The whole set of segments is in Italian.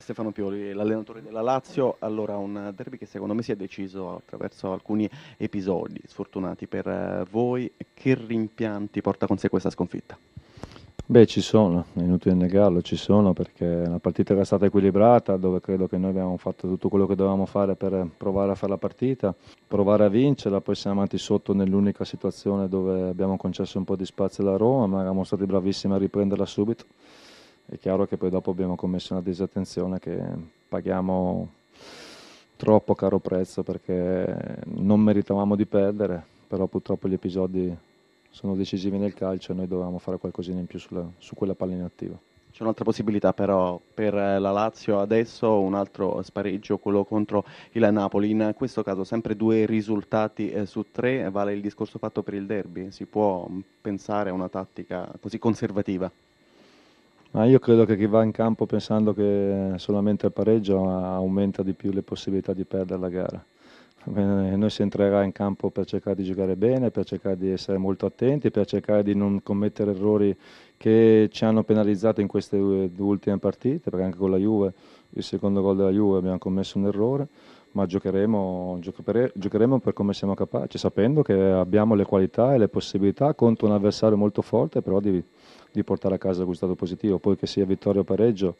Stefano Pioli, l'allenatore della Lazio, allora un derby che secondo me si è deciso attraverso alcuni episodi sfortunati per voi. Che rimpianti porta con sé questa sconfitta? Beh, ci sono, è inutile negarlo, ci sono perché la partita era stata equilibrata, dove credo che noi abbiamo fatto tutto quello che dovevamo fare per provare a fare la partita, provare a vincerla, poi siamo andati sotto nell'unica situazione dove abbiamo concesso un po' di spazio alla Roma, ma eravamo stati bravissimi a riprenderla subito. È chiaro che poi dopo abbiamo commesso una disattenzione che paghiamo troppo caro prezzo perché non meritavamo di perdere, però purtroppo gli episodi sono decisivi nel calcio e noi dovevamo fare qualcosina in più su quella palla inattiva. C'è un'altra possibilità però per la Lazio adesso, un altro spareggio, quello contro il Napoli. In questo caso sempre due risultati su tre, vale il discorso fatto per il derby? Si può pensare a una tattica così conservativa? Ma io credo che chi va in campo pensando che solamente il pareggio aumenta di più le possibilità di perdere la gara. Noi si entrerà in campo per cercare di giocare bene, per cercare di essere molto attenti, per cercare di non commettere errori che ci hanno penalizzato in queste due ultime partite, perché anche con la Juve, il secondo gol della Juve abbiamo commesso un errore, ma giocheremo per come siamo capaci, sapendo che abbiamo le qualità e le possibilità contro un avversario molto forte, però di portare a casa il risultato positivo. Poi che sia vittoria o pareggio,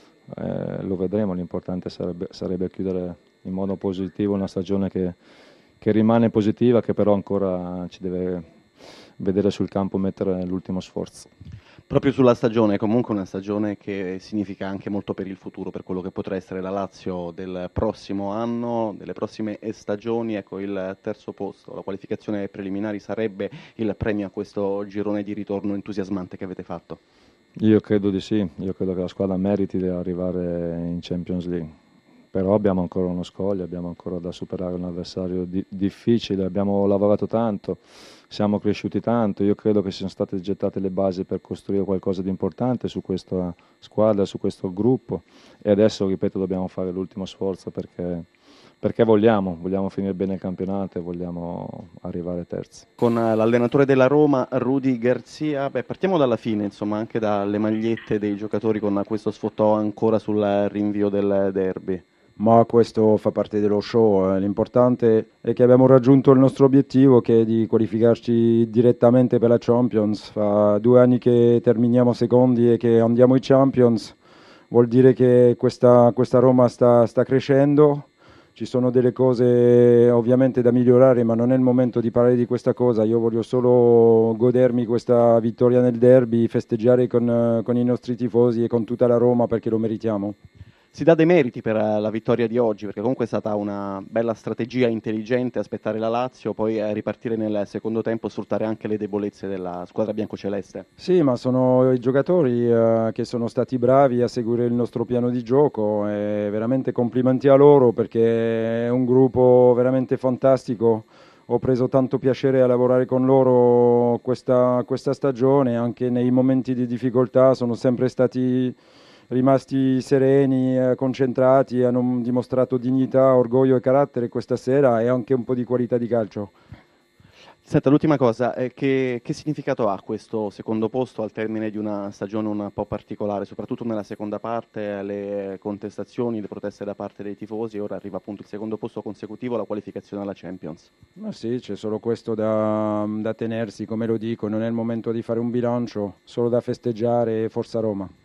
lo vedremo, l'importante sarebbe chiudere in modo positivo una stagione che rimane positiva, che però ancora ci deve vedere sul campo mettere l'ultimo sforzo. Proprio sulla stagione, comunque una stagione che significa anche molto per il futuro, per quello che potrà essere la Lazio del prossimo anno, delle prossime stagioni. Ecco, il terzo posto, la qualificazione ai preliminari sarebbe il premio a questo girone di ritorno entusiasmante che avete fatto. Io credo di sì, io credo che la squadra meriti di arrivare in Champions League, però abbiamo ancora uno scoglio, abbiamo ancora da superare un avversario difficile, abbiamo lavorato tanto, siamo cresciuti tanto, io credo che siano state gettate le basi per costruire qualcosa di importante su questa squadra, su questo gruppo e adesso, ripeto, dobbiamo fare l'ultimo sforzo perché vogliamo finire bene il campionato e vogliamo arrivare terzi. Con l'allenatore della Roma, Rudy Garzia, beh, partiamo dalla fine, insomma, anche dalle magliette dei giocatori con questo sfottò ancora sul rinvio del derby. Ma questo fa parte dello show. L'importante è che abbiamo raggiunto il nostro obiettivo, che è di qualificarci direttamente per la Champions. Fa 2 anni che terminiamo secondi e che andiamo ai Champions. Vuol dire che questa Roma sta crescendo. Ci sono delle cose ovviamente da migliorare, ma non è il momento di parlare di questa cosa. Io voglio solo godermi questa vittoria nel derby, festeggiare con i nostri tifosi e con tutta la Roma perché lo meritiamo. Si dà dei meriti per la vittoria di oggi, perché comunque è stata una bella strategia intelligente aspettare la Lazio, poi ripartire nel secondo tempo, sfruttare anche le debolezze della squadra biancoceleste. Sì, ma sono i giocatori che sono stati bravi a seguire il nostro piano di gioco e veramente complimenti a loro perché è un gruppo veramente fantastico. Ho preso tanto piacere a lavorare con loro questa stagione, anche nei momenti di difficoltà sono sempre stati rimasti sereni, concentrati, hanno dimostrato dignità, orgoglio e carattere questa sera e anche un po' di qualità di calcio. Senta, l'ultima cosa, che significato ha questo secondo posto al termine di una stagione un po' particolare, soprattutto nella seconda parte, le contestazioni, le proteste da parte dei tifosi, ora arriva appunto il secondo posto consecutivo, la qualificazione alla Champions. Ma sì, c'è solo questo da tenersi, come lo dico, non è il momento di fare un bilancio, solo da festeggiare e Forza Roma.